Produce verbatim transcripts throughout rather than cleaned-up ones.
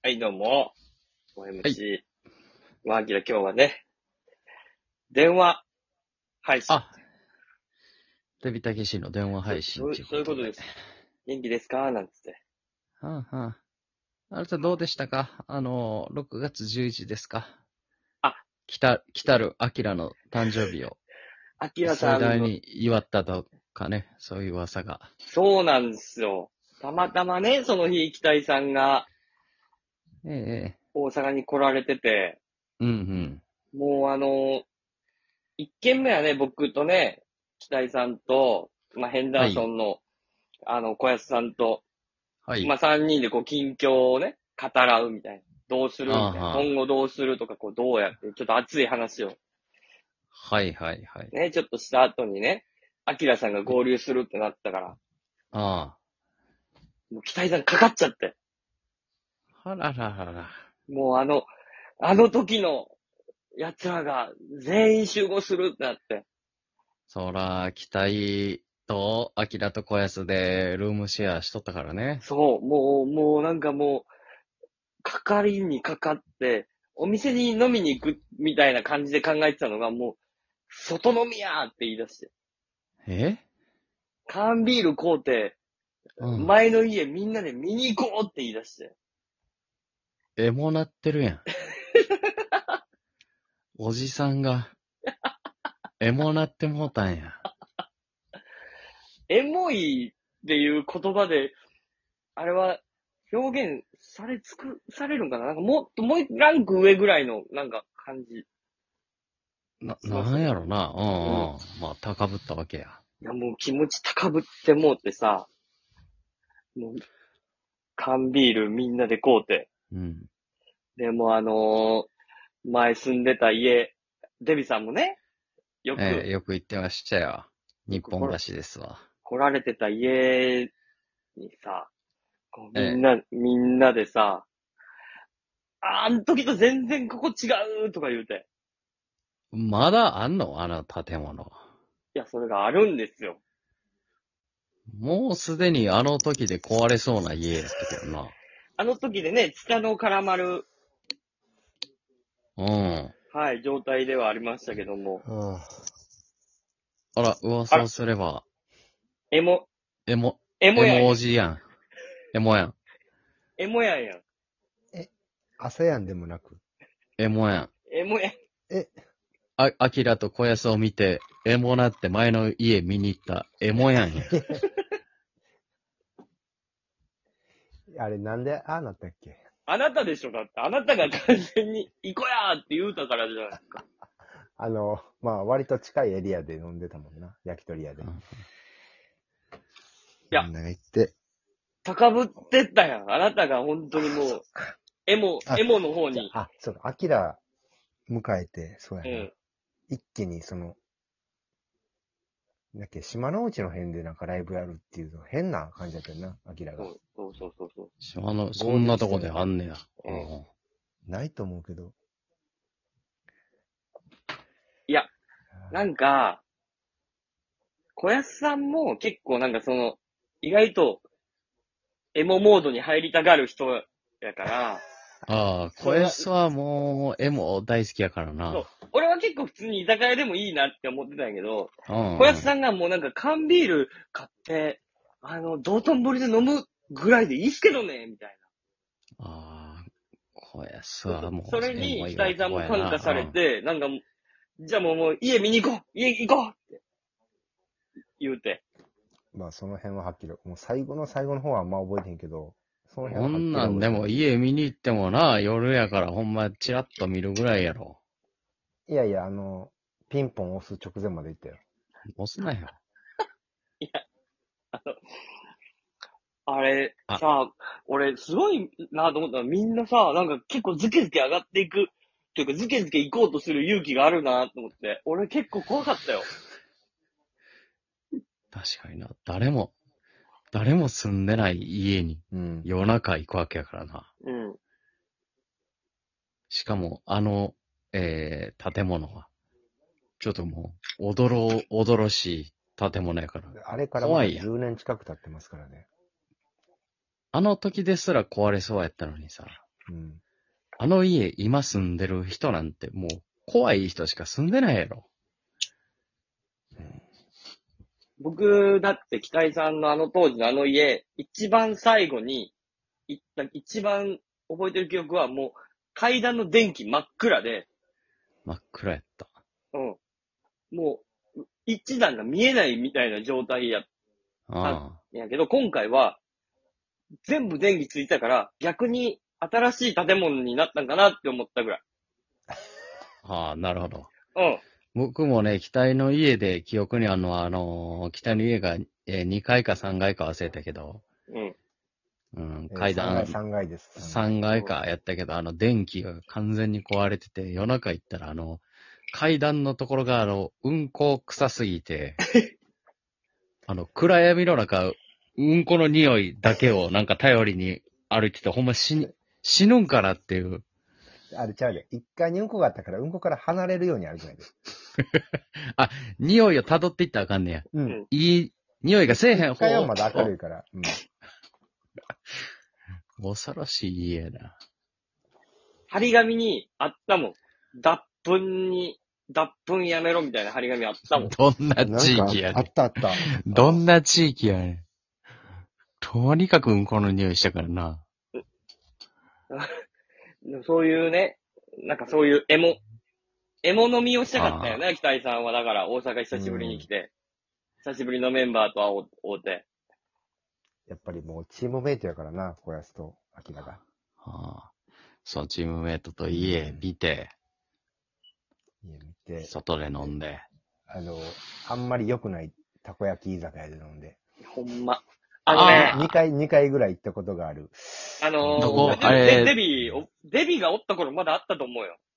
はい、どうも。オーエムシー。まあ、アキラ今日はね、電話配信。 あ、デビタケシの電話配信というそういうことで。 ことです。元気ですかなんつって。 はあはあ。あなたどうでしたか？あの、ろくがつじゅういちにちですか？ あ、 来た、来たるアキラの誕生日をアキラさ盛大んの、 に祝ったとかね、そういう噂が。 そうなんですよ。たまたまね、その日、北井さんがええ、 大阪に来られてて、 うんうん。 もうあの、一軒目はね、僕とね、北井さんと、まあ、ヘンダーソはい、 ンの、あの、小安さんと、 はい。 まあ、三人でこう、近況をね、語らうみたいな。どうするみたいな。 あは今後どうするとか、こう、どうやって、ちょっと熱い話をはいはいはい。 ね、ちょっとした後にね、アキラさんが合流するってなったから、 あもう期待さんかかっちゃって。 あ。はらららら。 もうあの、あの時の奴らが全員集合するってなって。 そら、期待と、アキラと小安でルームシェアしとったからね。 そう、もう、もうなんかもう、かかりにかかって、お店に飲みに行くみたいな感じで考えてたのが、もう、外飲みやーって言い出して。 え缶ビール買うて、 うん。 前の家みんなで見に行こうって言い出して。 エモなってるやん。おじさんが、エモなってもうたんや。 エモいっていう言葉で、あれは表現されつく、されるんかななんかもっと、もう一ランク上ぐらいの、なんか感じな、 しましたけど。 なんやろな。うんうん。 うん。まあ、高ぶったわけや。 いや、もう気持ち高ぶってもうてさ、もう、缶ビールみんなで買うて。 うん。 で、もうあのー前住んでた家、デビさんもね、よく、 ええ、よく言ってましたよ。日本よく来ら橋ですわ。 来られてた家にさ、こうみんえな、みんなでさ、あん時と全然ここ違うとか言うて。 え。まだあんのあの建物。 いや、それがあるんですよ。 もうすでにあの時で壊れそうな家やったけどな。 あの時でね、ツタの絡まる、 うん。 はい、状態ではありましたけども。 はあ、あら、 あら、 噂をすれば、 エモ、 エモ、 エモエモやんやん。 おじやん。エモやん。 エモやんやん。 え、朝やんでもなく。 エモやん。 エモやん。 え、 あ、アキラと小安を見て、エモなって前の家見に行ったエモやんや。 あれなんでああなったっけ？ あなたでしょだって。あなたが完全に、行こやーって言うたからじゃないですか。 あの、まあ割と近いエリアで飲んでたもんな。焼き鳥屋で。 うんいやみんなが行って。 高ぶってったやん。あなたが本当にもう、エモ、 あエモの方に。 じゃあ、あ、そうか、アキラ迎えて、そうやな。 うん。 一気にその、だっけ、島の内の辺でなんかライブやるっていうと変な感じだったよな、アキラが。 そうそうそうそうそう。 島の、そんなとこであんねや。 うんうんないと思うけど。 いや、なんか、小安さんも結構なんかその、意外と、エモモードに入りたがる人やから、 ああ、 それはこやすはもう、エモ大好きやからそうな。。 俺は結構普通に居酒屋でもいいなって思ってたんやけど、 うん、 小安さんがもうなんか缶ビール買って、あの、道頓堀で飲むぐらいでいいっすけどね、みたいな。 ああ、こやすはもう、 それエモいに北井さんも感化され男て、なんか、じゃあもうもう家見に行こう家行こうって言うて。 まあその辺ははっきり、もう最後の最後の方はあんま覚えてへんけど、そのやん。こ辺ははっきりんなんでも覚えてる。 家見に行ってもな、夜やからほんまチラッと見るぐらいやろ。 いやいや、あの、ピンポン押す直前まで行ったよ。 押すなよ。 いや、あの、あれ、 あさ、俺、すごいなと思ったら、みんなさ、なんか結構ズケズケ上がっていく、というかズケズケ行こうとする勇気があるなと思って、俺結構怖かったよ。 確かにな。誰も、誰も住んでない家にうん。 夜中行くわけやからな。 うん。 しかも、あの、えー、建物は、ちょっともう、おどろ、おどろしい建物やから。 あれからまだ怖いやん。 じゅうねん近く経ってますからね。 あの時ですら壊れそうやったのにさ。 うん。 あの家、今住んでる人なんてもう怖い人しか住んでないやろ。 僕、だって北井さんのあの当時のあの家、一番最後に行った、一番覚えてる記憶はもう階段の電気真っ暗で、 真っ暗やった。 うん。もう、一段が見えないみたいな状態やっあたんやけど、今回は全部電気ついたから逆に新しい建物になったんかなって思ったぐらい。 あ。ああ、なるほど。 うん。 僕もね、北井の家で記憶にあるのは、あのー、北井の家が、えー、にかいかさんがいか忘れたけど、 うん。 うん、 えー階段、 さんがいです。 さんがいかやったけど、あの、電気が完全に壊れてて、夜中行ったら、あの、階段のところが、あの、うんこ臭すぎて、あの、暗闇の中、うんこの匂いだけをなんか頼りに歩いてて、ほんま死に、死ぬんかなっていう。 あれちゃうで。一回にうんこがあったから、うんこから離れるように歩くんやで。 あ、匂いを辿っていったらあかんねや。 う。 うんん。 いい匂いがせえへん一回は方まだ明るいから。うん。 恐ろしい家やな。 張り紙にあったもん。脱粉に、脱粉やめろみたいな張り紙あったもん。 どんな地域やなんかあねったあった。 ん。どんな地域やねん。とにかくうんこの匂いしたからな。 そういうね、なんかそういうエモ、エモ飲みをしたかったよね、北井さんは。だから大阪久しぶりに来て、久しぶりのメンバーと会おう、会うて。 やっぱりもうチームメイトやからな、小安と明が。 はあ、そう、チームメイトと家見て、 家見て、 外で飲んで。 あの、あんまり良くないたこ焼き居酒屋で飲んで。 ほんま。あのね、 にかい、二回ぐらい行ったことがある。 あのー、 どこであれでデビーお、デビーがおった頃まだあったと思うよ。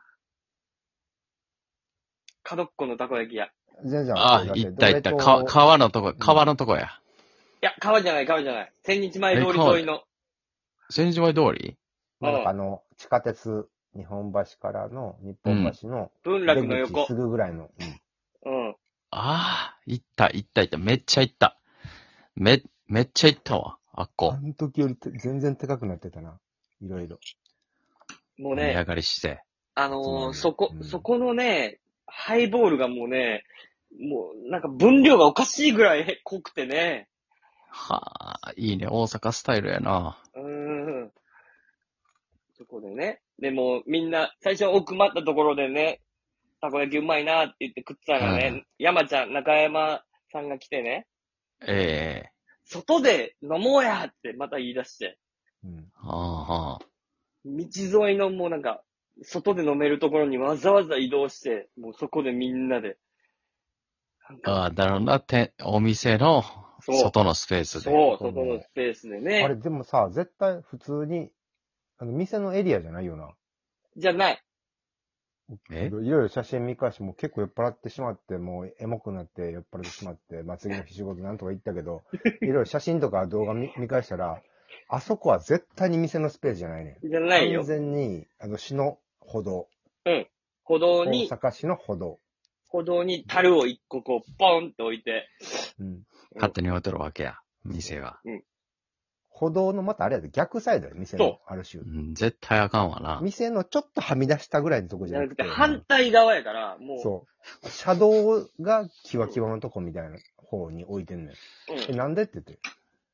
角っこのたこ焼き屋。い全然ああ、 だって行った行った。 どれと川、川のとこ、川のとこや。 や、川じゃない、川じゃない。千日前通り沿いの。 千日前通りまあ、なんかあの、地下鉄、日本橋からの日本橋の文出楽の横口す。ぐぐらいの。うんうん。 ああ、行った、行った、行った。めっちゃ行った。め、めっちゃ行ったわ。あっこあ。の時よりて全然高くなってたな。いろいろ。 もうね値上、がりして。 あのー、 集まるそこ、 うんそこのね、ハイボールがもうね、もうなんか分量がおかしいぐらい濃くてね。 はあ、いいね。大阪スタイルやな。 うーん。そこでね。でもみんな、最初奥まったところでね、たこ焼きうまいなって言って食ってたらね、 うん山ちゃん、中山さんが来てね、 ええ外で飲もうやってまた言い出して、 うん。 はあ、はあ。 道沿いのもうなんか、外で飲めるところにわざわざ移動して、もうそこでみんなで。なんかああ、だろうな、て、お店のそう外のスペースで。 そう、外のスペースであれ、 ね。 でもさ、絶対普通に、あの、店のエリアじゃないよな。 じゃない。 えいろいろ写真見返して、もう結構酔っ払ってしまって、もうエモくなって酔っ払ってしまって、まあ、次の日仕事なんとか行ったけど、いろいろ写真とか動画見見返したら、あそこは絶対に店のスペースじゃないねん。 じゃないよ完。全に、あの、市の歩道。 うん。歩道大に、 阪市の歩道。 歩道に樽を一個こう、ポンって置いて。 うん。 勝手に置いてるわけや。店が。 歩道のまたあれやで、逆サイドや、店のある種う。ん、絶対あかんわな。 店のちょっとはみ出したぐらいのとこじゃなくて。 じゃなくて、反対側やから、もう。 そう。車道がキワキワのとこみたいな方に置いてんねん。え、 うん。 なんでって言って。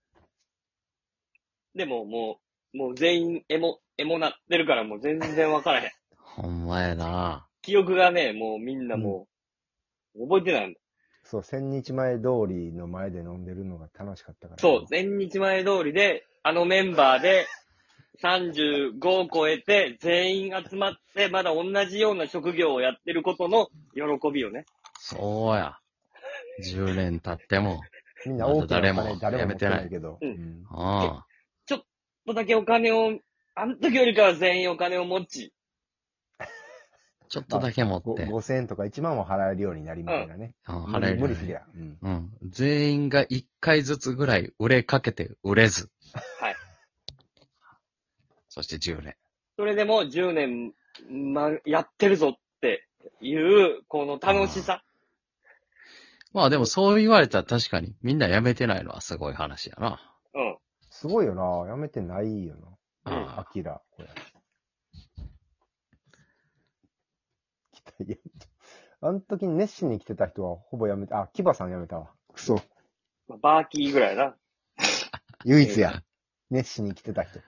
でももう、もう全員エモ、エモなってるからもう全然わからへん。 ほんまやな。 記憶がね、もうみんなもう、覚えてないもん。 そう、千日前通りの前で飲んでるのが楽しかったから。 そう、千日前通りで、あのメンバーで、さんじゅうごを超えて、全員集まって、まだ同じような職業をやってることの喜びよね。 そうや。じゅうねん経っても。 みんな大きなお金まだ誰も誰も持ってやめてないないけど。 うんんああ。 ちょっとだけお金を、あの時よりかは全員お金を持ち、 ちょっとだけ持っごて。 ごせんえんとかいちまんも払えるようになりみたいなね。 うん無理払えるよね無理すぎや。うん。 うん。全員がいっかいずつぐらい売れかけて売れず。 はい。 そしてじゅうねん。 それでもじゅうねん、ま、やってるぞっていう、この楽しさ。 まあでもそう言われたら確かにみんな辞めてないのはすごい話やな。 うん。 すごいよな。やめてないよな。 あアキラ、これ。来た、いや、あの時に熱心に来てた人はほぼやめた。あ、キバさんやめたわ。クソ。 まあ、バーキーぐらいな。 唯一や。熱心に来てた人。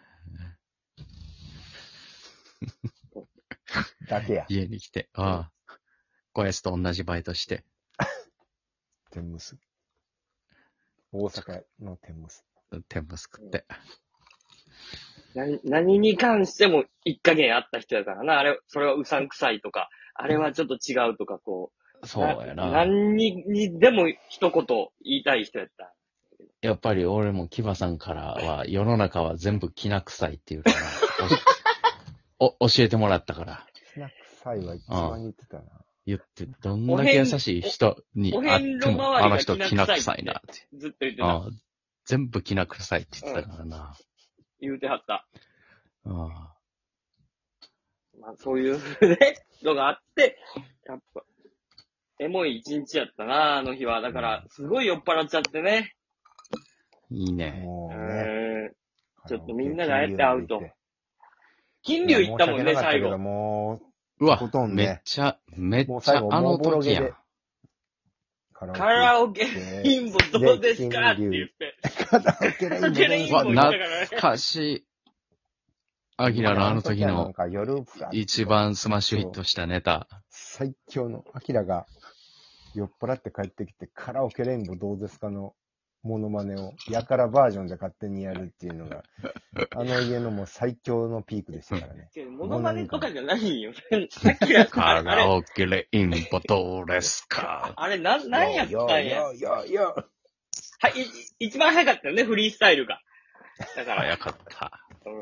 だけや。 家に来て、ああ、小安と同じバイトして、 天むす。大阪の天むす。 天むす食って。 何、何に関しても一加減あった人やからな。あれ、それはうさんくさいとか、あれはちょっと違うとか、こう。 そうやな。 何ににでも一言言いたい人やった。 やっぱり俺もキバさんからは、世の中は全部きな臭いっていうかな。お教えてもらったから。 きな臭いは一番言ってたな。 言って、どんだけ優しい人に会っても、あの人きな臭いなって。 ずっと言ってた。 ああ全部きな臭いって言ってたからな。 うん、言うてはった。 ああまあそういうね、のがあって、やっぱ、エモい一日やったな、あの日は。だから、すごい酔っ払っちゃってね。 いいね。 もううね。 んちょっとみんながああやって会うと。金龍行ったもんね、最後。 もうわ、 ほとんどねめっちゃ、めっちゃあの時やん。 うカラオケインボどうですかって言って。 カラオケレインボどうですか。 懐かしい。アキラのあの時の一番スマッシュヒットしたネタ。 最強のアキラが酔っ払って帰ってきてカラオケレインボどうですかのモノマネをやからバージョンで勝手にやるっていうのが、あの家のもう最強のピークでしたからね。 モノマネとかじゃないよ。 カラオケレインボどうですか。 あれ、なん、なんやったんや。 よよよはい、一番早かったよね、フリースタイルが。だから。 早かった。